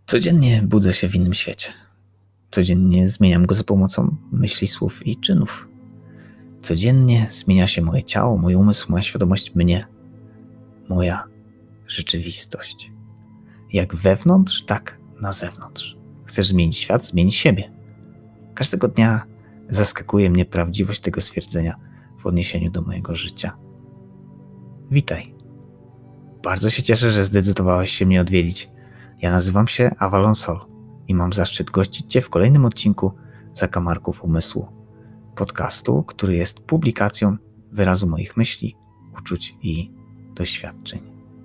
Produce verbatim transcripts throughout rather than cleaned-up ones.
Codziennie budzę się w innym świecie. Codziennie zmieniam go za pomocą myśli, słów i czynów. Codziennie zmienia się moje ciało, mój umysł, moja świadomość mnie. Moja rzeczywistość. Jak wewnątrz, tak na zewnątrz. Chcesz zmienić świat, zmień siebie. Każdego dnia zaskakuje mnie prawdziwość tego stwierdzenia w odniesieniu do mojego życia. Witaj. Bardzo się cieszę, że zdecydowałeś się mnie odwiedzić. Ja nazywam się Avalon Sol i mam zaszczyt gościć Cię w kolejnym odcinku Zakamarków Umysłu, podcastu, który jest publikacją wyrazu moich myśli, uczuć i doświadczeń.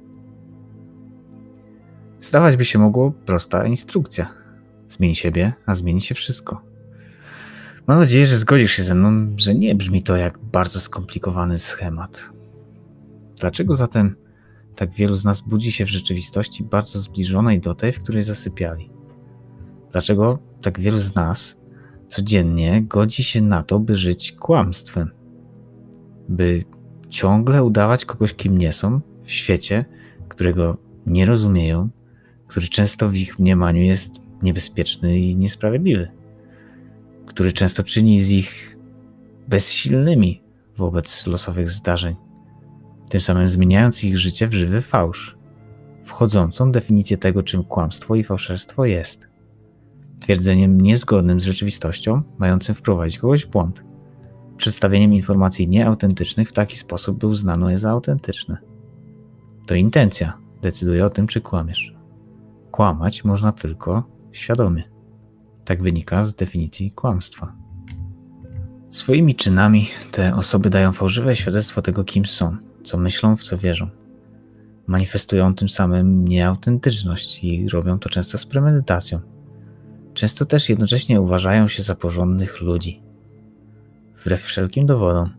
Zdawać by się mogło prosta instrukcja. Zmień siebie, a zmieni się wszystko. Mam nadzieję, że zgodzisz się ze mną, że nie brzmi to jak bardzo skomplikowany schemat. Dlaczego zatem tak wielu z nas budzi się w rzeczywistości bardzo zbliżonej do tej, w której zasypiali? Dlaczego tak wielu z nas codziennie godzi się na to, by żyć kłamstwem? By ciągle udawać kogoś, kim nie są, w świecie, którego nie rozumieją, który często w ich mniemaniu jest niebezpieczny i niesprawiedliwy, który często czyni z ich bezsilnymi wobec losowych zdarzeń, tym samym zmieniając ich życie w żywy fałsz, wchodzącą definicję tego, czym kłamstwo i fałszerstwo jest. Twierdzeniem niezgodnym z rzeczywistością, mającym wprowadzić kogoś w błąd. Przedstawieniem informacji nieautentycznych w taki sposób, by uznano je za autentyczne. To intencja decyduje o tym, czy kłamiesz. Kłamać można tylko świadomie. Tak wynika z definicji kłamstwa. Swoimi czynami te osoby dają fałszywe świadectwo tego, kim są, co myślą, w co wierzą. Manifestują tym samym nieautentyczność i robią to często z premedytacją. Często też jednocześnie uważają się za porządnych ludzi. Wbrew wszelkim dowodom.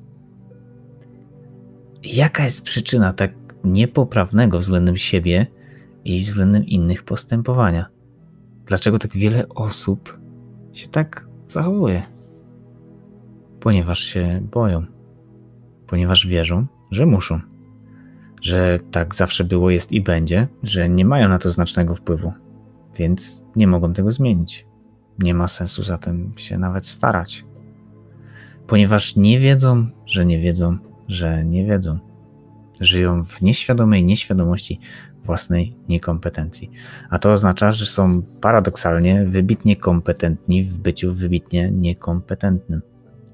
Jaka jest przyczyna tak niepoprawnego względem siebie i względem innych postępowania? Dlaczego tak wiele osób się tak zachowuje? Ponieważ się boją. Ponieważ wierzą, że muszą. Że tak zawsze było, jest i będzie, że nie mają na to znacznego wpływu. Więc nie mogą tego zmienić. Nie ma sensu zatem się nawet starać. Ponieważ nie wiedzą, że nie wiedzą, że nie wiedzą. Żyją w nieświadomej nieświadomości własnej niekompetencji. A to oznacza, że są paradoksalnie wybitnie kompetentni w byciu wybitnie niekompetentnym.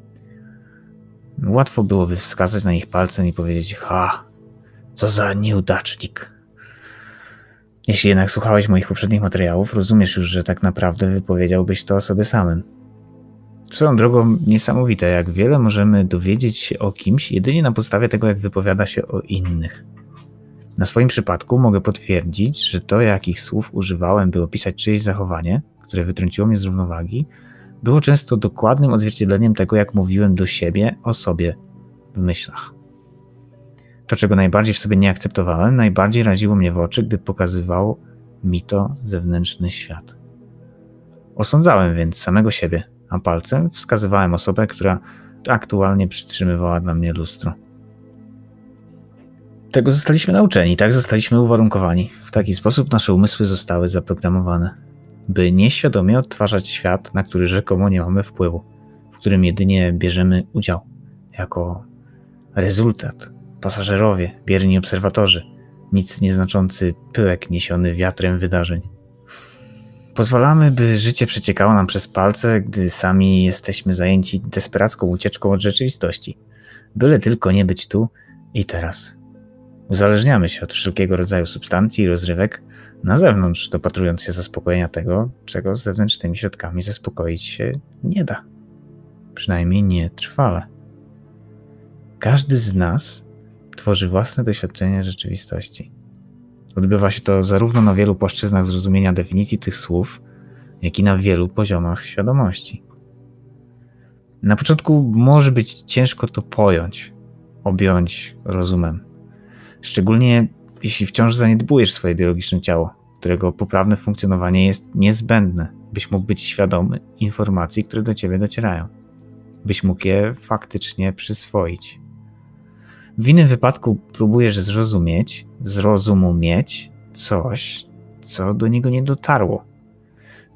Łatwo byłoby wskazać na nich palcem i powiedzieć: ha, co za nieudacznik. Jeśli jednak słuchałeś moich poprzednich materiałów, rozumiesz już, że tak naprawdę wypowiedziałbyś to o sobie samym. Swoją drogą niesamowite, jak wiele możemy dowiedzieć się o kimś jedynie na podstawie tego, jak wypowiada się o innych. Na swoim przypadku mogę potwierdzić, że to, jakich słów używałem, by opisać czyjeś zachowanie, które wytrąciło mnie z równowagi, było często dokładnym odzwierciedleniem tego, jak mówiłem do siebie o sobie w myślach. To, czego najbardziej w sobie nie akceptowałem, najbardziej raziło mnie w oczy, gdy pokazywał mi to zewnętrzny świat. Osądzałem więc samego siebie, a palcem wskazywałem osobę, która aktualnie przytrzymywała dla mnie lustro. Tego zostaliśmy nauczeni, tak zostaliśmy uwarunkowani. W taki sposób nasze umysły zostały zaprogramowane, by nieświadomie odtwarzać świat, na który rzekomo nie mamy wpływu, w którym jedynie bierzemy udział, jako rezultat, pasażerowie, bierni obserwatorzy, nic nieznaczący pyłek niesiony wiatrem wydarzeń. Pozwalamy, by życie przeciekało nam przez palce, gdy sami jesteśmy zajęci desperacką ucieczką od rzeczywistości, byle tylko nie być tu i teraz. Uzależniamy się od wszelkiego rodzaju substancji i rozrywek na zewnątrz, dopatrując się zaspokojenia tego, czego z zewnętrznymi środkami zaspokoić się nie da. Przynajmniej nie trwale. Każdy z nas tworzy własne doświadczenie rzeczywistości. Odbywa się to zarówno na wielu płaszczyznach zrozumienia definicji tych słów, jak i na wielu poziomach świadomości. Na początku może być ciężko to pojąć, objąć rozumem. Szczególnie jeśli wciąż zaniedbujesz swoje biologiczne ciało, którego poprawne funkcjonowanie jest niezbędne, byś mógł być świadomy informacji, które do ciebie docierają. Byś mógł je faktycznie przyswoić. W innym wypadku próbujesz zrozumieć, zrozumieć coś, co do niego nie dotarło,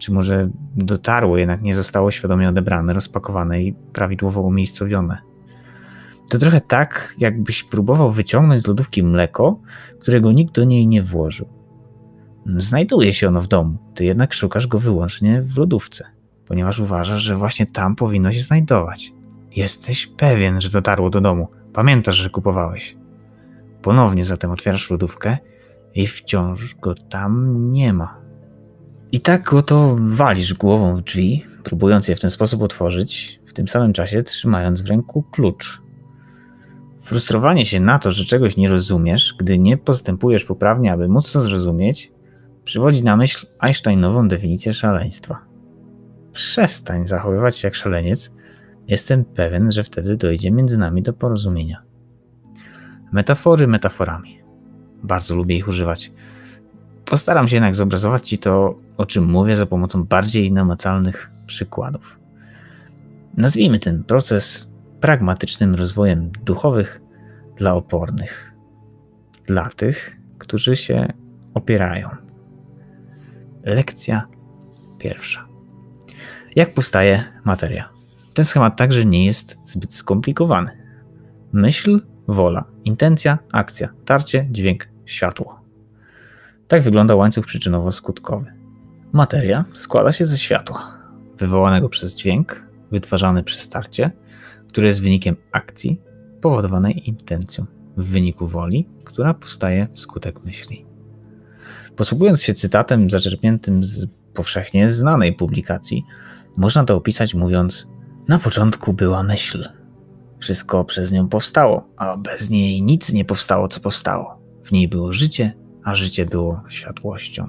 Czy może dotarło, jednak nie zostało świadomie odebrane, rozpakowane i prawidłowo umiejscowione. To trochę tak, jakbyś próbował wyciągnąć z lodówki mleko, którego nikt do niej nie włożył. Znajduje się ono w domu, ty jednak szukasz go wyłącznie w lodówce, ponieważ uważasz, że właśnie tam powinno się znajdować. Jesteś pewien, że dotarło do domu. Pamiętasz, że kupowałeś. Ponownie zatem otwierasz lodówkę i wciąż go tam nie ma. I tak oto walisz głową w drzwi, próbując je w ten sposób otworzyć, w tym samym czasie trzymając w ręku klucz. Frustrowanie się na to, że czegoś nie rozumiesz, gdy nie postępujesz poprawnie, aby móc to zrozumieć, przywodzi na myśl Einsteinową definicję szaleństwa. Przestań zachowywać się jak szaleniec, jestem pewien, że wtedy dojdzie między nami do porozumienia. Metafory metaforami. Bardzo lubię ich używać. Postaram się jednak zobrazować Ci to, o czym mówię, za pomocą bardziej namacalnych przykładów. Nazwijmy ten proces pragmatycznym rozwojem duchowych dla opornych. Dla tych, którzy się opierają. Lekcja pierwsza. Jak powstaje materia? Ten schemat także nie jest zbyt skomplikowany. Myśl, wola, intencja, akcja, tarcie, dźwięk, światło. Tak wygląda łańcuch przyczynowo-skutkowy. Materia składa się ze światła, wywołanego przez dźwięk, wytwarzany przez tarcie, które jest wynikiem akcji powodowanej intencją, w wyniku woli, która powstaje wskutek myśli. Posługując się cytatem zaczerpniętym z powszechnie znanej publikacji, można to opisać mówiąc: na początku była myśl. Wszystko przez nią powstało, a bez niej nic nie powstało, co powstało. W niej było życie, a życie było światłością.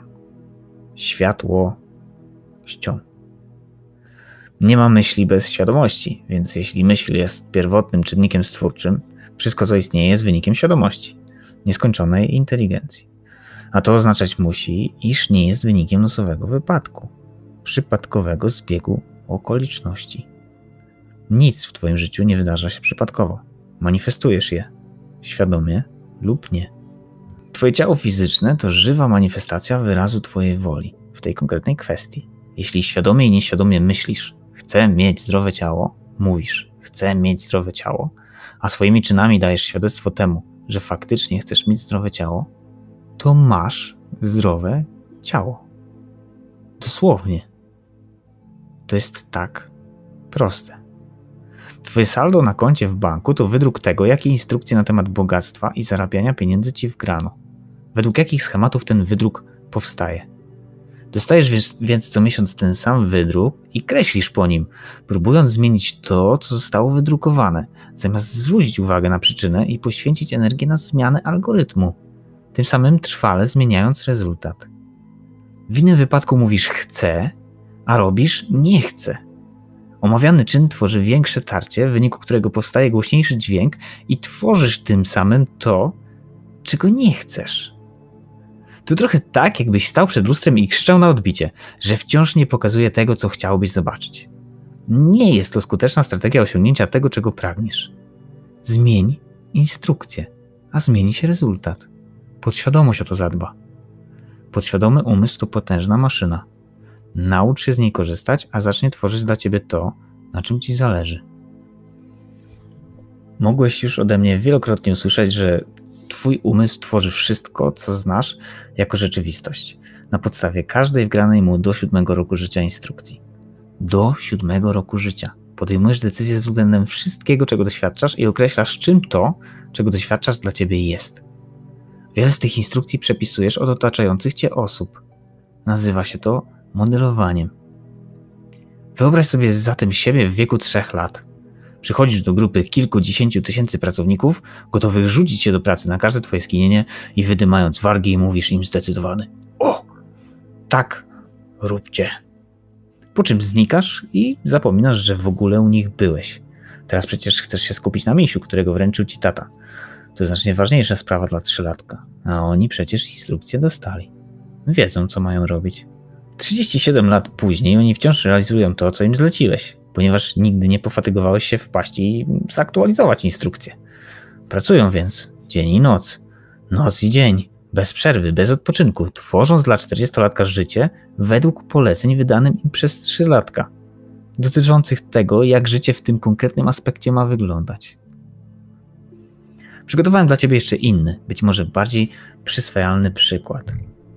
Światłością. Nie ma myśli bez świadomości, więc jeśli myśl jest pierwotnym czynnikiem stwórczym, wszystko co istnieje jest wynikiem świadomości, nieskończonej inteligencji. A to oznaczać musi, iż nie jest wynikiem losowego wypadku, przypadkowego zbiegu okoliczności. Nic w Twoim życiu nie wydarza się przypadkowo. Manifestujesz je, świadomie lub nie. Twoje ciało fizyczne to żywa manifestacja wyrazu Twojej woli w tej konkretnej kwestii. Jeśli świadomie i nieświadomie myślisz, chcę mieć zdrowe ciało, mówisz, chcę mieć zdrowe ciało, a swoimi czynami dajesz świadectwo temu, że faktycznie chcesz mieć zdrowe ciało, to masz zdrowe ciało. Dosłownie. To jest tak proste. Twoje saldo na koncie w banku to wydruk tego, jakie instrukcje na temat bogactwa i zarabiania pieniędzy Ci wgrano. Według jakich schematów ten wydruk powstaje. Dostajesz więc, więc co miesiąc ten sam wydruk i kreślisz po nim, próbując zmienić to, co zostało wydrukowane, zamiast zwrócić uwagę na przyczynę i poświęcić energię na zmianę algorytmu, tym samym trwale zmieniając rezultat. W innym wypadku mówisz chcę, a robisz nie chcę. Omawiany czyn tworzy większe tarcie, w wyniku którego powstaje głośniejszy dźwięk i tworzysz tym samym to, czego nie chcesz. To trochę tak, jakbyś stał przed lustrem i krzyczał na odbicie, że wciąż nie pokazuje tego, co chciałbyś zobaczyć. Nie jest to skuteczna strategia osiągnięcia tego, czego pragniesz. Zmień instrukcję, a zmieni się rezultat. Podświadomość o to zadba. Podświadomy umysł to potężna maszyna. Naucz się z niej korzystać, a zacznie tworzyć dla Ciebie to, na czym Ci zależy. Mogłeś już ode mnie wielokrotnie usłyszeć, że Twój umysł tworzy wszystko, co znasz, jako rzeczywistość, na podstawie każdej wgranej mu do siódmego roku życia instrukcji. Do siódmego roku życia. Podejmujesz decyzje względem wszystkiego, czego doświadczasz i określasz, czym to, czego doświadczasz, dla Ciebie jest. Wiele z tych instrukcji przepisujesz od otaczających Cię osób. Nazywa się to modelowaniem. Wyobraź sobie zatem siebie w wieku trzech lat. Przychodzisz do grupy kilkudziesięciu tysięcy pracowników, gotowych rzucić się do pracy na każde Twoje skinienie i wydymając wargi mówisz im zdecydowany: o, tak, róbcie. Po czym znikasz i zapominasz, że w ogóle u nich byłeś. Teraz przecież chcesz się skupić na misiu, którego wręczył Ci tata. To znacznie ważniejsza sprawa dla trzylatka, a oni przecież instrukcje dostali. Wiedzą, co mają robić. trzydzieści siedem lat później oni wciąż realizują to, co im zleciłeś, ponieważ nigdy nie pofatygowałeś się wpaść i zaktualizować instrukcje. Pracują więc dzień i noc, noc i dzień, bez przerwy, bez odpoczynku, tworząc dla czterdziestolatka życie według poleceń wydanych im przez trzylatka, dotyczących tego, jak życie w tym konkretnym aspekcie ma wyglądać. Przygotowałem dla Ciebie jeszcze inny, być może bardziej przyswajalny przykład.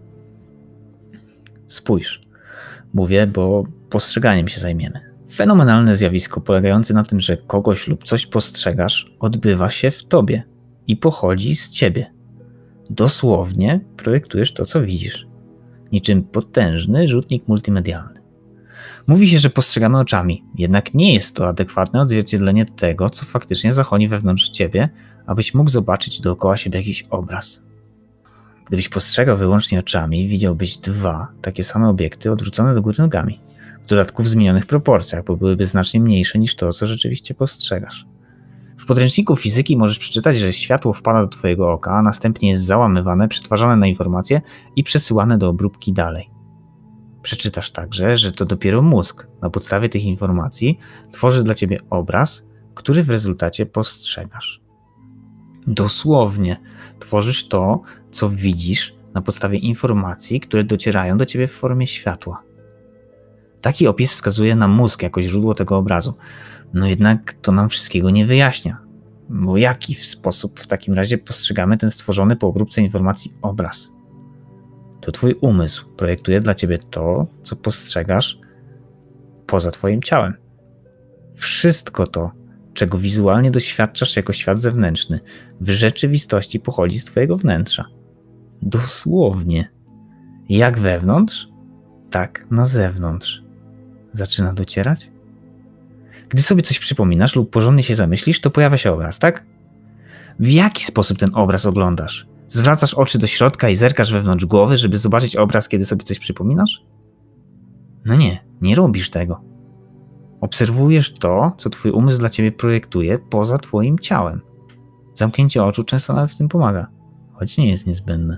Spójrz, mówię, bo postrzeganiem się zajmiemy. Fenomenalne zjawisko polegające na tym, że kogoś lub coś postrzegasz, odbywa się w Tobie i pochodzi z Ciebie. Dosłownie projektujesz to, co widzisz. Niczym potężny rzutnik multimedialny. Mówi się, że postrzegamy oczami, jednak nie jest to adekwatne odzwierciedlenie tego, co faktycznie zachodzi wewnątrz Ciebie, abyś mógł zobaczyć dookoła siebie jakiś obraz. Gdybyś postrzegał wyłącznie oczami, widziałbyś dwa takie same obiekty odwrócone do góry nogami. W dodatku w zmienionych proporcjach, bo byłyby znacznie mniejsze niż to, co rzeczywiście postrzegasz. W podręczniku fizyki możesz przeczytać, że światło wpada do Twojego oka, a następnie jest załamywane, przetwarzane na informacje i przesyłane do obróbki dalej. Przeczytasz także, że to dopiero mózg na podstawie tych informacji tworzy dla Ciebie obraz, który w rezultacie postrzegasz. Dosłownie tworzysz to, co widzisz na podstawie informacji, które docierają do Ciebie w formie światła. Taki opis wskazuje na mózg jako źródło tego obrazu. No jednak to nam wszystkiego nie wyjaśnia. Bo jaki w sposób w takim razie postrzegamy ten stworzony po obróbce informacji obraz? To Twój umysł projektuje dla Ciebie to, co postrzegasz poza Twoim ciałem. Wszystko to, czego wizualnie doświadczasz jako świat zewnętrzny, w rzeczywistości pochodzi z Twojego wnętrza. Dosłownie. Jak wewnątrz, tak na zewnątrz. Zaczyna docierać? Gdy sobie coś przypominasz lub porządnie się zamyślisz, to pojawia się obraz, tak? W jaki sposób ten obraz oglądasz? Zwracasz oczy do środka i zerkasz wewnątrz głowy, żeby zobaczyć obraz, kiedy sobie coś przypominasz? No nie, nie robisz tego. Obserwujesz to, co Twój umysł dla Ciebie projektuje poza Twoim ciałem. Zamknięcie oczu często nawet w tym pomaga, choć nie jest niezbędne.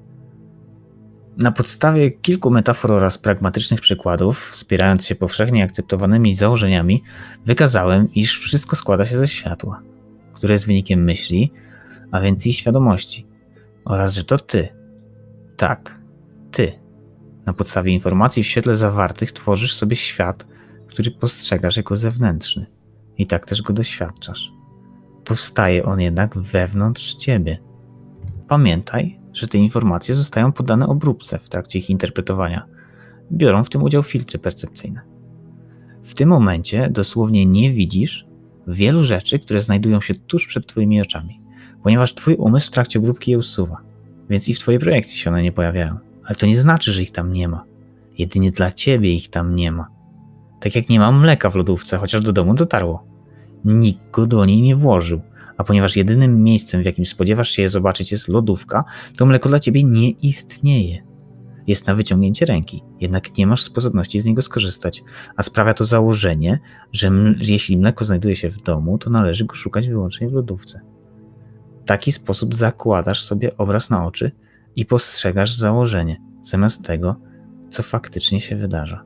Na podstawie kilku metafor oraz pragmatycznych przykładów, wspierając się powszechnie akceptowanymi założeniami, wykazałem, iż wszystko składa się ze światła, które jest wynikiem myśli, a więc i świadomości, oraz że to Ty, tak, Ty, na podstawie informacji w świetle zawartych tworzysz sobie świat, który postrzegasz jako zewnętrzny i tak też go doświadczasz. Powstaje on jednak wewnątrz Ciebie. Pamiętaj, że te informacje zostają poddane obróbce w trakcie ich interpretowania. Biorą w tym udział filtry percepcyjne. W tym momencie dosłownie nie widzisz wielu rzeczy, które znajdują się tuż przed Twoimi oczami, ponieważ Twój umysł w trakcie obróbki je usuwa, więc i w Twojej projekcji się one nie pojawiają. Ale to nie znaczy, że ich tam nie ma. Jedynie dla Ciebie ich tam nie ma. Tak jak nie ma mleka w lodówce, chociaż do domu dotarło. Nikt go do niej nie włożył. A ponieważ jedynym miejscem, w jakim spodziewasz się je zobaczyć, jest lodówka, to mleko dla Ciebie nie istnieje. Jest na wyciągnięcie ręki, jednak nie masz sposobności z niego skorzystać, a sprawia to założenie, że m- jeśli mleko znajduje się w domu, to należy go szukać wyłącznie w lodówce. W taki sposób zakładasz sobie obraz na oczy i postrzegasz założenie, zamiast tego, co faktycznie się wydarza.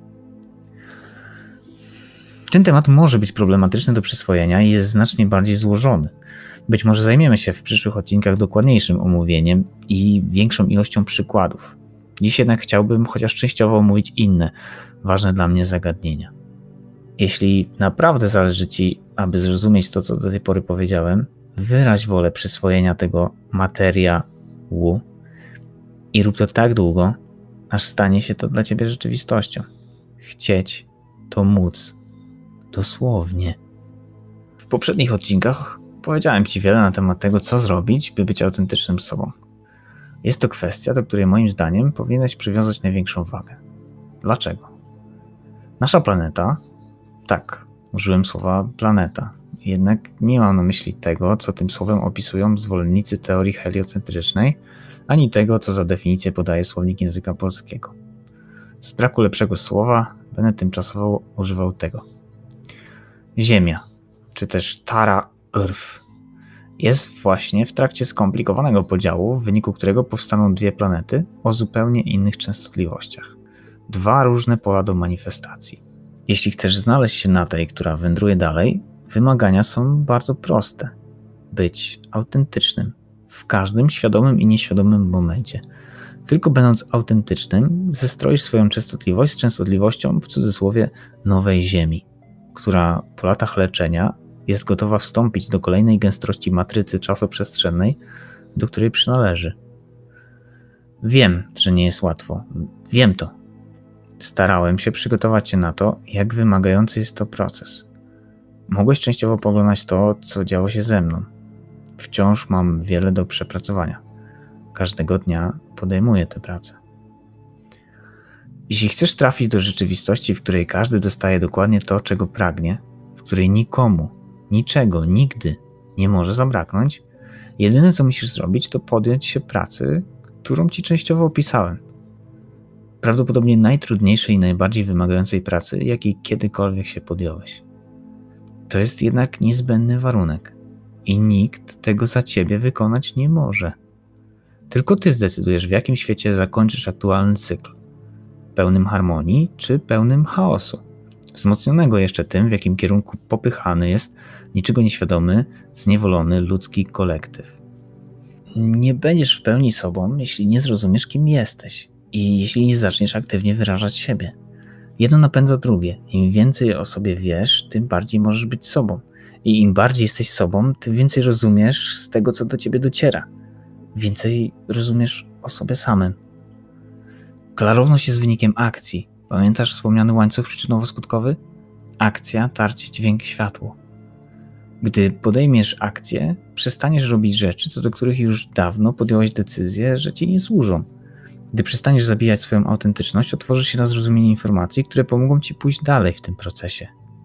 Ten temat może być problematyczny do przyswojenia i jest znacznie bardziej złożony. Być może zajmiemy się w przyszłych odcinkach dokładniejszym omówieniem i większą ilością przykładów. Dziś jednak chciałbym chociaż częściowo omówić inne, ważne dla mnie zagadnienia. Jeśli naprawdę zależy Ci, aby zrozumieć to, co do tej pory powiedziałem, wyraź wolę przyswojenia tego materiału i rób to tak długo, aż stanie się to dla Ciebie rzeczywistością. Chcieć to móc. Dosłownie. W poprzednich odcinkach powiedziałem Ci wiele na temat tego, co zrobić, by być autentycznym sobą. Jest to kwestia, do której moim zdaniem powinieneś przywiązać największą wagę. Dlaczego? Nasza planeta, tak, użyłem słowa planeta, jednak nie mam na myśli tego, co tym słowem opisują zwolennicy teorii heliocentrycznej, ani tego, co za definicję podaje słownik języka polskiego. Z braku lepszego słowa będę tymczasowo używał tego. Ziemia, czy też Tara Earth, jest właśnie w trakcie skomplikowanego podziału, w wyniku którego powstaną dwie planety o zupełnie innych częstotliwościach. Dwa różne pola do manifestacji. Jeśli chcesz znaleźć się na tej, która wędruje dalej, wymagania są bardzo proste. Być autentycznym, w każdym świadomym i nieświadomym momencie. Tylko będąc autentycznym, zestroisz swoją częstotliwość z częstotliwością, w cudzysłowie, nowej Ziemi, która po latach leczenia jest gotowa wstąpić do kolejnej gęstości matrycy czasoprzestrzennej, do której przynależy. Wiem, że nie jest łatwo. Wiem to. Starałem się przygotować cię na to, jak wymagający jest to proces. Mogłeś częściowo poglądać to, co działo się ze mną. Wciąż mam wiele do przepracowania. Każdego dnia podejmuję tę pracę. Jeśli chcesz trafić do rzeczywistości, w której każdy dostaje dokładnie to, czego pragnie, w której nikomu, niczego, nigdy nie może zabraknąć, jedyne co musisz zrobić, to podjąć się pracy, którą ci częściowo opisałem. Prawdopodobnie najtrudniejszej i najbardziej wymagającej pracy, jakiej kiedykolwiek się podjąłeś. To jest jednak niezbędny warunek i nikt tego za ciebie wykonać nie może. Tylko ty zdecydujesz, w jakim świecie zakończysz aktualny cykl. Pełnym harmonii czy pełnym chaosu. Wzmocnionego jeszcze tym, w jakim kierunku popychany jest niczego nieświadomy, zniewolony ludzki kolektyw. Nie będziesz w pełni sobą, jeśli nie zrozumiesz, kim jesteś i jeśli nie zaczniesz aktywnie wyrażać siebie. Jedno napędza drugie. Im więcej o sobie wiesz, tym bardziej możesz być sobą. I im bardziej jesteś sobą, tym więcej rozumiesz z tego, co do ciebie dociera. Więcej rozumiesz o sobie samym. Klarowność jest wynikiem akcji. Pamiętasz wspomniany łańcuch przyczynowo-skutkowy? Akcja, tarcie, dźwięk, światło. Gdy podejmiesz akcję, przestaniesz robić rzeczy, co do których już dawno podjąłeś decyzję, że ci nie służą. Gdy przestaniesz zabijać swoją autentyczność, otworzysz się na zrozumienie informacji, które pomogą ci pójść dalej w tym procesie.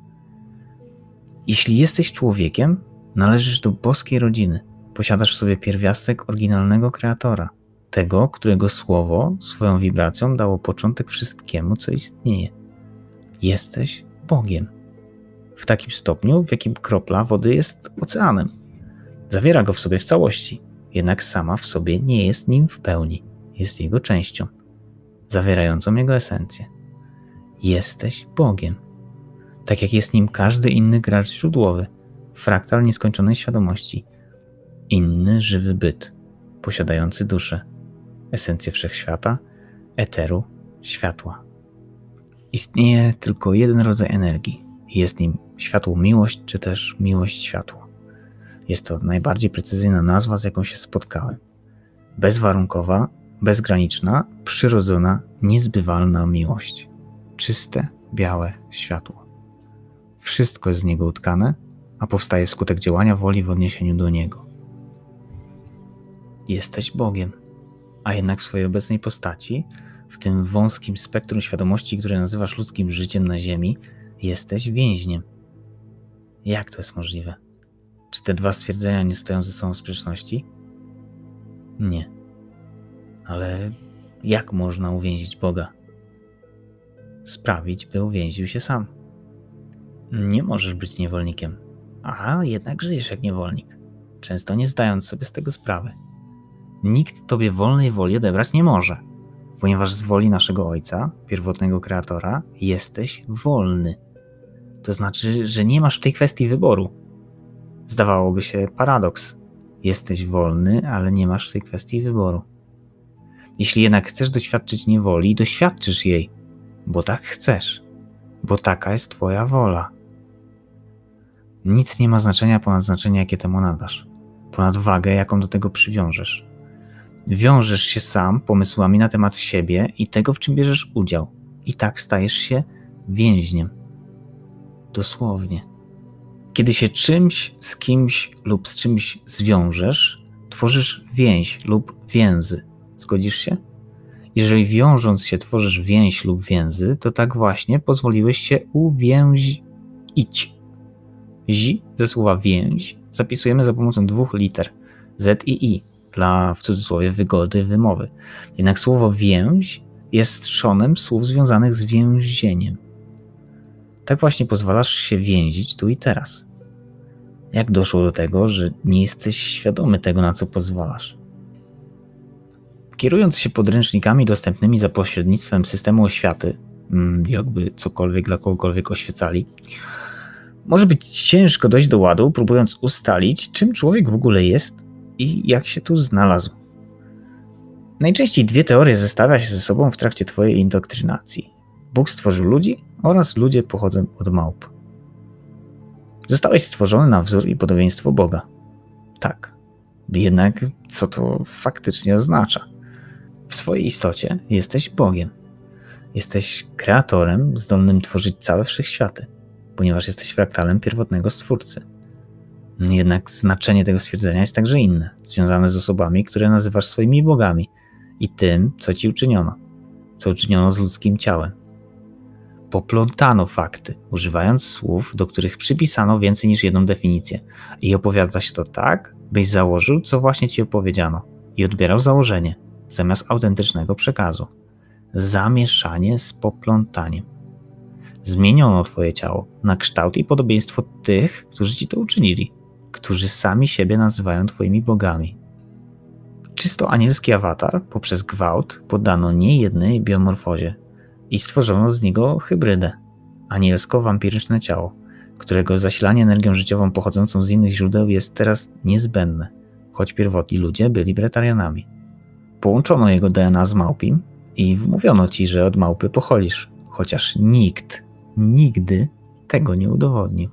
Jeśli jesteś człowiekiem, należysz do boskiej rodziny. Posiadasz w sobie pierwiastek oryginalnego kreatora. Tego, którego słowo swoją wibracją dało początek wszystkiemu, co istnieje. Jesteś Bogiem. W takim stopniu, w jakim kropla wody jest oceanem. Zawiera go w sobie w całości, jednak sama w sobie nie jest nim w pełni. Jest jego częścią, zawierającą jego esencję. Jesteś Bogiem. Tak jak jest nim każdy inny gracz źródłowy, fraktal nieskończonej świadomości. Inny żywy byt, posiadający duszę, esencję wszechświata, eteru, światła. Istnieje tylko jeden rodzaj energii. Jest nim światło miłość, czy też miłość światło. Jest to najbardziej precyzyjna nazwa, z jaką się spotkałem. Bezwarunkowa, bezgraniczna, przyrodzona, niezbywalna miłość. Czyste, białe światło. Wszystko jest z niego utkane, a powstaje wskutek działania woli w odniesieniu do niego. Jesteś Bogiem, a jednak w swojej obecnej postaci, w tym wąskim spektrum świadomości, które nazywasz ludzkim życiem na ziemi, jesteś więźniem. Jak to jest możliwe? Czy te dwa stwierdzenia nie stoją ze sobą w sprzeczności? Nie. Ale jak można uwięzić Boga? Sprawić, by uwięził się sam. Nie możesz być niewolnikiem, a jednak żyjesz jak niewolnik, często nie zdając sobie z tego sprawy. Nikt tobie wolnej woli odebrać nie może, ponieważ z woli naszego Ojca, pierwotnego Kreatora, jesteś wolny. To znaczy, że nie masz w tej kwestii wyboru. Zdawałoby się paradoks. Jesteś wolny, ale nie masz w tej kwestii wyboru. Jeśli jednak chcesz doświadczyć niewoli, doświadczysz jej, bo tak chcesz, bo taka jest twoja wola. Nic nie ma znaczenia ponad znaczenie, jakie temu nadasz, ponad wagę, jaką do tego przywiążesz. Wiążesz się sam pomysłami na temat siebie i tego, w czym bierzesz udział, i tak stajesz się więźniem. Dosłownie. Kiedy się czymś, z kimś lub z czymś zwiążesz, tworzysz więź lub więzy. Zgodzisz się? Jeżeli wiążąc się tworzysz więź lub więzy, to tak właśnie pozwoliłeś się uwięzić. Zi ze słowa więź zapisujemy za pomocą dwóch liter Z i I dla w cudzysłowie wygody wymowy. Jednak słowo więź jest trzonem słów związanych z więzieniem. Tak właśnie pozwalasz się więzić tu i teraz. Jak doszło do tego, że nie jesteś świadomy tego, na co pozwalasz? Kierując się podręcznikami dostępnymi za pośrednictwem systemu oświaty, jakby cokolwiek dla kogokolwiek oświecali, może być ciężko dojść do ładu, próbując ustalić, czym człowiek w ogóle jest i jak się tu znalazł. Najczęściej dwie teorie zestawia się ze sobą w trakcie twojej indoktrynacji. Bóg stworzył ludzi oraz ludzie pochodzą od małp. Zostałeś stworzony na wzór i podobieństwo Boga. Tak. Jednak co to faktycznie oznacza? W swojej istocie jesteś Bogiem. Jesteś kreatorem zdolnym tworzyć całe wszechświaty, ponieważ jesteś fraktalem pierwotnego Stwórcy. Jednak znaczenie tego stwierdzenia jest także inne, związane z osobami, które nazywasz swoimi bogami i tym, co ci uczyniono, co uczyniono z ludzkim ciałem. Poplątano fakty, używając słów, do których przypisano więcej niż jedną definicję i opowiada się to tak, byś założył, co właśnie ci opowiedziano i odbierał założenie, zamiast autentycznego przekazu. Zamieszanie z poplątaniem. Zmieniono twoje ciało na kształt i podobieństwo tych, którzy ci to uczynili, którzy sami siebie nazywają twoimi bogami. Czysto anielski awatar poprzez gwałt poddano niejednej biomorfozie i stworzono z niego hybrydę, anielsko-wampiryczne ciało, którego zasilanie energią życiową pochodzącą z innych źródeł jest teraz niezbędne, choć pierwotni ludzie byli bretarianami. Połączono jego D N A z małpim i wmówiono ci, że od małpy pochodzisz, chociaż nikt, nigdy tego nie udowodnił.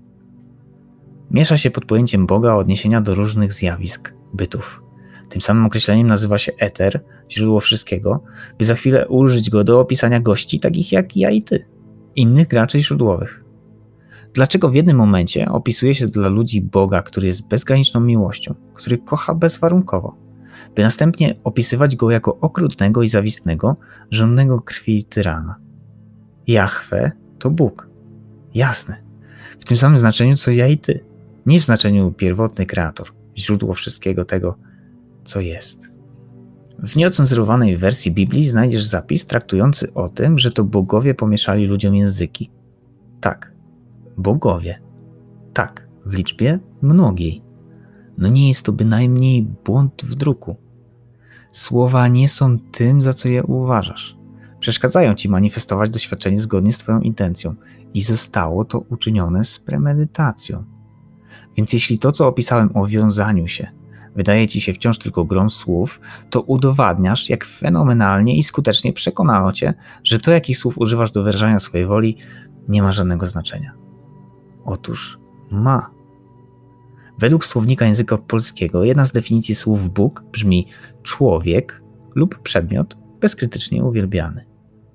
Miesza się pod pojęciem Boga odniesienia do różnych zjawisk, bytów. Tym samym określeniem nazywa się eter, źródło wszystkiego, by za chwilę użyć go do opisania gości takich jak ja i ty, innych graczy źródłowych. Dlaczego w jednym momencie opisuje się dla ludzi Boga, który jest bezgraniczną miłością, który kocha bezwarunkowo, by następnie opisywać go jako okrutnego i zawistnego, żądnego krwi tyrana? Jahwe to Bóg. Jasne. W tym samym znaczeniu co ja i ty. Nie w znaczeniu pierwotny kreator, źródło wszystkiego tego, co jest. W nieocenzurowanej wersji Biblii znajdziesz zapis traktujący o tym, że to bogowie pomieszali ludziom języki. Tak, bogowie. Tak, w liczbie mnogiej. No nie jest to bynajmniej błąd w druku. Słowa nie są tym, za co je uważasz. Przeszkadzają ci manifestować doświadczenie zgodnie z twoją intencją i zostało to uczynione z premedytacją. Więc jeśli to, co opisałem o wiązaniu się, wydaje ci się wciąż tylko grą słów, to udowadniasz, jak fenomenalnie i skutecznie przekonano cię, że to, jakich słów używasz do wyrażania swojej woli, nie ma żadnego znaczenia. Otóż ma. Według słownika języka polskiego jedna z definicji słów Bóg brzmi człowiek lub przedmiot bezkrytycznie uwielbiany.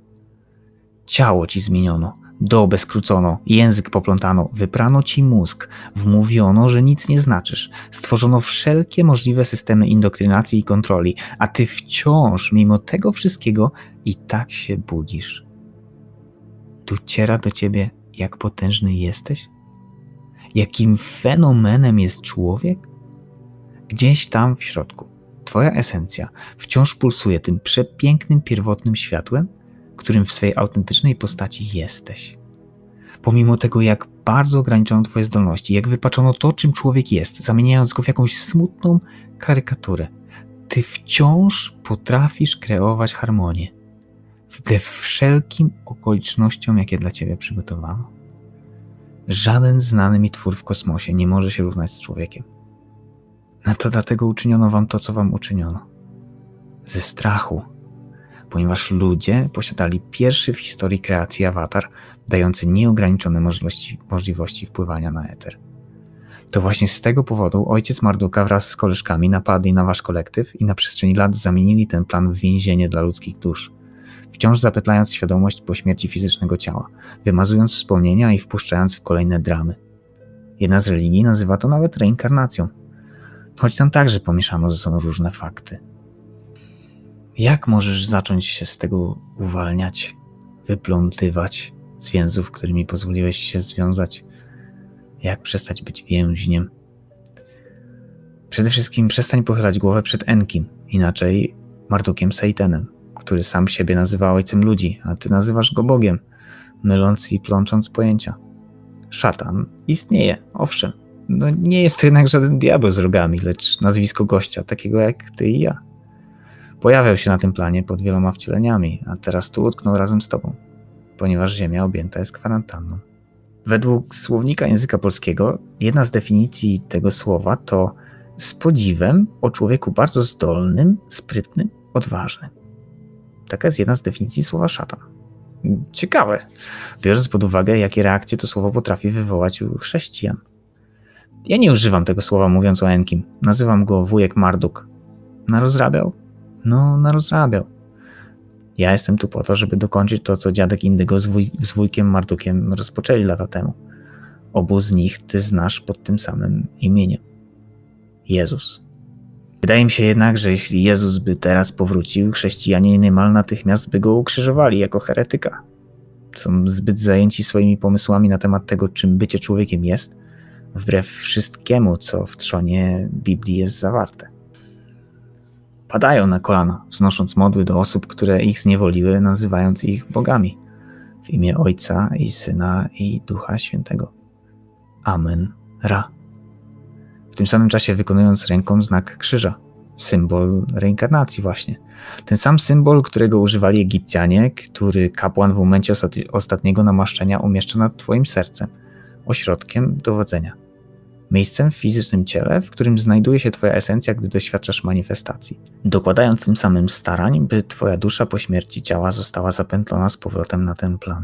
Ciało ci zmieniono, dobę skrócono, język poplątano, wyprano ci mózg, wmówiono, że nic nie znaczysz, stworzono wszelkie możliwe systemy indoktrynacji i kontroli, a ty wciąż, mimo tego wszystkiego, i tak się budzisz. Dociera do ciebie, jak potężny jesteś? Jakim fenomenem jest człowiek? Gdzieś tam w środku twoja esencja wciąż pulsuje tym przepięknym, pierwotnym światłem, którym w swej autentycznej postaci jesteś. Pomimo tego, jak bardzo ograniczono twoje zdolności, jak wypaczono to, czym człowiek jest, zamieniając go w jakąś smutną karykaturę, ty wciąż potrafisz kreować harmonię, wbrew wszelkim okolicznościom, jakie dla ciebie przygotowano. Żaden znany mi twór w kosmosie nie może się równać z człowiekiem. No to dlatego uczyniono wam to, co wam uczyniono. Ze strachu, ponieważ ludzie posiadali pierwszy w historii kreacji awatar, dający nieograniczone możliwości, możliwości wpływania na eter. To właśnie z tego powodu ojciec Marduka wraz z koleżkami napadli na wasz kolektyw i na przestrzeni lat zamienili ten plan w więzienie dla ludzkich dusz, wciąż zapętlając świadomość po śmierci fizycznego ciała, wymazując wspomnienia i wpuszczając w kolejne dramy. Jedna z religii nazywa to nawet reinkarnacją, choć tam także pomieszano ze sobą różne fakty. Jak możesz zacząć się z tego uwalniać, wyplątywać z więzów, którymi pozwoliłeś się związać? Jak przestać być więźniem? Przede wszystkim przestań pochylać głowę przed Enkim, inaczej Mardukiem Satanem, który sam siebie nazywa ojcem ludzi, a ty nazywasz go Bogiem, myląc i plącząc pojęcia. Szatan istnieje, owszem. No nie jest to jednak żaden diabeł z rogami, lecz nazwisko gościa, takiego jak ty i ja. Pojawiał się na tym planie pod wieloma wcieleniami, a teraz tu utknął razem z tobą, ponieważ ziemia objęta jest kwarantanną. Według słownika języka polskiego jedna z definicji tego słowa to z podziwem o człowieku bardzo zdolnym, sprytnym, odważnym. Taka jest jedna z definicji słowa szatan. Ciekawe, biorąc pod uwagę, jakie reakcje to słowo potrafi wywołać u chrześcijan. Ja nie używam tego słowa mówiąc o Enkim. Nazywam go wujek Marduk. Narozrabiał? No, narozrabiał. Ja jestem tu po to, żeby dokończyć to, co dziadek Indygo z, wuj, z wujkiem Mardukiem rozpoczęli lata temu. Obu z nich ty znasz pod tym samym imieniem. Jezus. Wydaje mi się jednak, że jeśli Jezus by teraz powrócił, chrześcijanie niemal natychmiast by go ukrzyżowali jako heretyka. Są zbyt zajęci swoimi pomysłami na temat tego, czym bycie człowiekiem jest, wbrew wszystkiemu, co w trzonie Biblii jest zawarte. Padają na kolana, wznosząc modły do osób, które ich zniewoliły, nazywając ich bogami. W imię Ojca i Syna i Ducha Świętego. Amen. Ra. W tym samym czasie wykonując ręką znak krzyża. Symbol reinkarnacji właśnie. Ten sam symbol, którego używali Egipcjanie, który kapłan w momencie ostatniego namaszczenia umieszcza nad twoim sercem. Ośrodkiem dowodzenia. Miejscem w fizycznym ciele, w którym znajduje się twoja esencja, gdy doświadczasz manifestacji. Dokładając tym samym starań, by twoja dusza po śmierci ciała została zapętlona z powrotem na ten plan.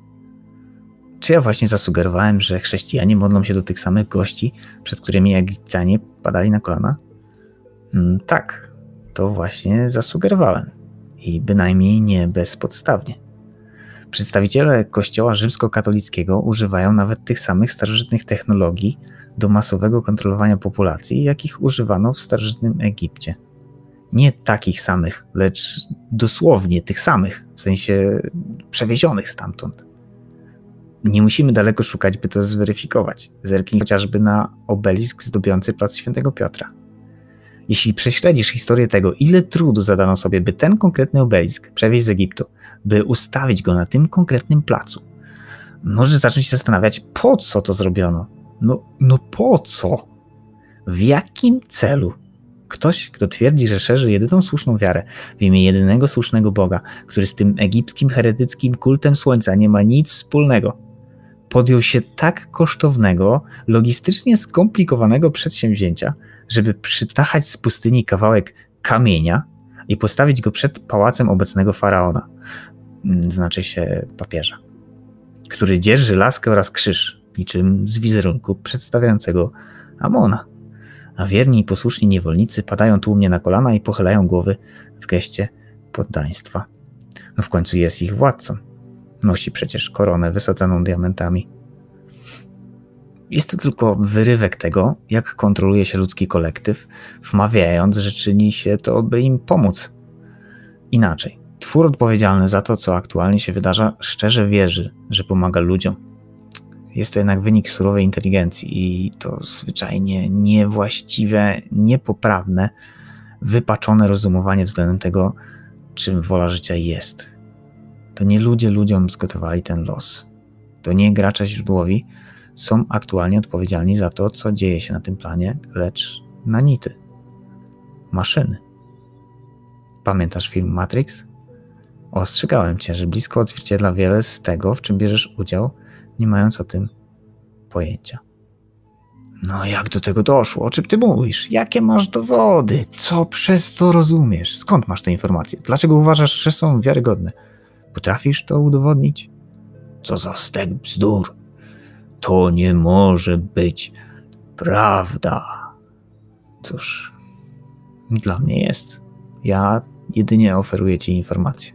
Czy ja właśnie zasugerowałem, że chrześcijanie modlą się do tych samych gości, przed którymi Egipcjanie padali na kolana? Hmm, tak, to właśnie zasugerowałem. I bynajmniej nie bezpodstawnie. Przedstawiciele Kościoła rzymskokatolickiego używają nawet tych samych starożytnych technologii do masowego kontrolowania populacji, jakich używano w starożytnym Egipcie. Nie takich samych, lecz dosłownie tych samych, w sensie przewiezionych stamtąd. Nie musimy daleko szukać, by to zweryfikować. Zerknij chociażby na obelisk zdobiący plac Świętego Piotra. Jeśli prześledzisz historię tego, ile trudu zadano sobie, by ten konkretny obelisk przewieźć z Egiptu, by ustawić go na tym konkretnym placu, możesz zacząć się zastanawiać, po co to zrobiono. No, no po co? W jakim celu? Ktoś, kto twierdzi, że szerzy jedyną słuszną wiarę w imię jedynego słusznego Boga, który z tym egipskim heretyckim kultem słońca nie ma nic wspólnego, podjął się tak kosztownego, logistycznie skomplikowanego przedsięwzięcia, żeby przytachać z pustyni kawałek kamienia i postawić go przed pałacem obecnego faraona, znaczy się papieża, który dzierży laskę oraz krzyż, niczym z wizerunku przedstawiającego Amona. A wierni i posłuszni niewolnicy padają tłumnie na kolana i pochylają głowy w geście poddaństwa. No w końcu jest ich władcą. Nosi przecież koronę wysadzoną diamentami. Jest to tylko wyrywek tego, jak kontroluje się ludzki kolektyw, wmawiając, że czyni się to, by im pomóc. Inaczej, twór odpowiedzialny za to, co aktualnie się wydarza, szczerze wierzy, że pomaga ludziom. Jest to jednak wynik surowej inteligencji i to zwyczajnie niewłaściwe, niepoprawne, wypaczone rozumowanie względem tego, czym wola życia jest. To nie ludzie ludziom zgotowali ten los. To nie gracze źródłowi są aktualnie odpowiedzialni za to, co dzieje się na tym planie, lecz nanity. Maszyny. Pamiętasz film Matrix? Ostrzegałem cię, że blisko odzwierciedla wiele z tego, w czym bierzesz udział, nie mając o tym pojęcia. No jak do tego doszło? O czym ty mówisz? Jakie masz dowody? Co przez to rozumiesz? Skąd masz te informacje? Dlaczego uważasz, że są wiarygodne? Potrafisz to udowodnić? Co za stek bzdur. To nie może być prawda. Cóż, dla mnie jest. Ja jedynie oferuję ci informacje.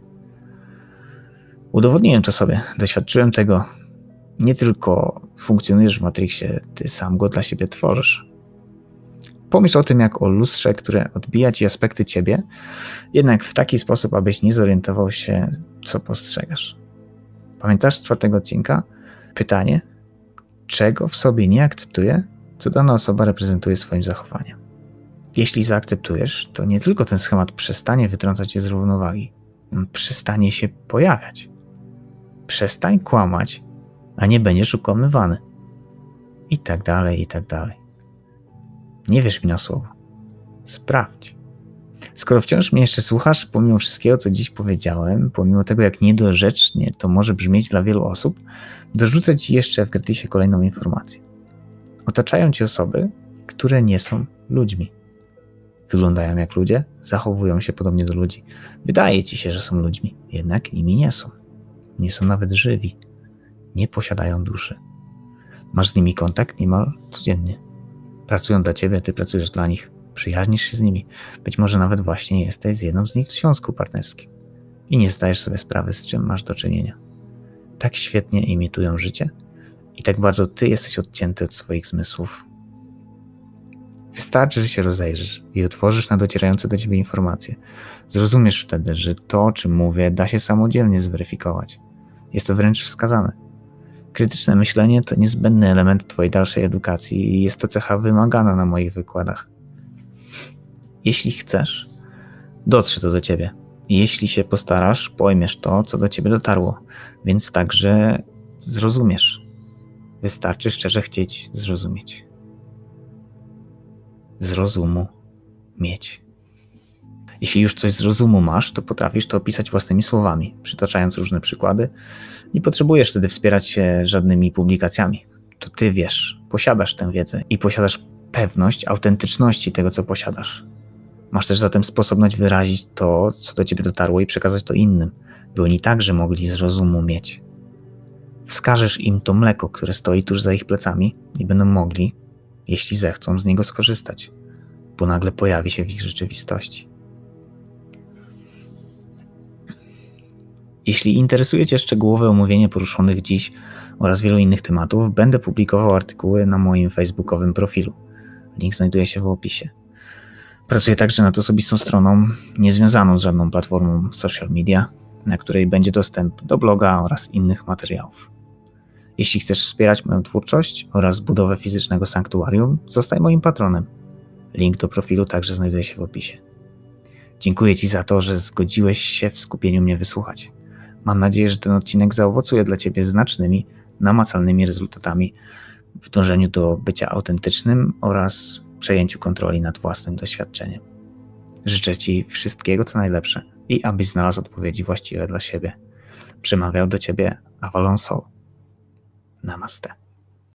Udowodniłem to sobie. Doświadczyłem tego. Nie tylko funkcjonujesz w Matrixie, ty sam go dla siebie tworzysz. Pomyśl o tym jak o lustrze, które odbija ci aspekty ciebie, jednak w taki sposób, abyś nie zorientował się, co postrzegasz. Pamiętasz z czwartego odcinka? Pytanie, czego w sobie nie akceptuje, co dana osoba reprezentuje swoim zachowaniem. Jeśli zaakceptujesz, to nie tylko ten schemat przestanie wytrącać cię z równowagi, on przestanie się pojawiać. Przestań kłamać, a nie będziesz ukłamywany. I tak dalej, i tak dalej. Nie wierz mi na słowo. Sprawdź. Skoro wciąż mnie jeszcze słuchasz, pomimo wszystkiego, co dziś powiedziałem, pomimo tego, jak niedorzecznie to może brzmieć dla wielu osób, dorzucę ci jeszcze w gratisie kolejną informację. Otaczają cię osoby, które nie są ludźmi. Wyglądają jak ludzie, zachowują się podobnie do ludzi. Wydaje ci się, że są ludźmi, jednak nimi nie są. Nie są nawet żywi. Nie posiadają duszy. Masz z nimi kontakt niemal codziennie. Pracują dla ciebie, ty pracujesz dla nich. Przyjaźnisz się z nimi. Być może nawet właśnie jesteś z jedną z nich w związku partnerskim. I nie zdajesz sobie sprawy, z czym masz do czynienia. Tak świetnie imitują życie i tak bardzo ty jesteś odcięty od swoich zmysłów. Wystarczy, że się rozejrzysz i otworzysz na docierające do ciebie informacje. Zrozumiesz wtedy, że to, o czym mówię, da się samodzielnie zweryfikować. Jest to wręcz wskazane. Krytyczne myślenie to niezbędny element twojej dalszej edukacji i jest to cecha wymagana na moich wykładach. Jeśli chcesz, dotrze to do ciebie. I jeśli się postarasz, pojmiesz to, co do ciebie dotarło, więc także zrozumiesz. Wystarczy szczerze chcieć zrozumieć. Z rozumu mieć. Jeśli już coś z rozumu masz, to potrafisz to opisać własnymi słowami, przytaczając różne przykłady. Nie potrzebujesz wtedy wspierać się żadnymi publikacjami. To ty wiesz, posiadasz tę wiedzę i posiadasz pewność autentyczności tego, co posiadasz. Masz też zatem sposobność wyrazić to, co do ciebie dotarło i przekazać to innym, by oni także mogli z rozumu mieć. Wskażesz im to mleko, które stoi tuż za ich plecami i będą mogli, jeśli zechcą, z niego skorzystać, bo nagle pojawi się w ich rzeczywistości. Jeśli interesuje cię szczegółowe omówienie poruszonych dziś oraz wielu innych tematów, będę publikował artykuły na moim facebookowym profilu. Link znajduje się w opisie. Pracuję także nad osobistą stroną, niezwiązaną z żadną platformą social media, na której będzie dostęp do bloga oraz innych materiałów. Jeśli chcesz wspierać moją twórczość oraz budowę fizycznego sanktuarium, zostań moim patronem. Link do profilu także znajduje się w opisie. Dziękuję ci za to, że zgodziłeś się w skupieniu mnie wysłuchać. Mam nadzieję, że ten odcinek zaowocuje dla ciebie znacznymi, namacalnymi rezultatami w dążeniu do bycia autentycznym oraz przejęciu kontroli nad własnym doświadczeniem. Życzę ci wszystkiego, co najlepsze i abyś znalazł odpowiedzi właściwe dla siebie. Przemawiał do ciebie Avalon Soul. Namaste.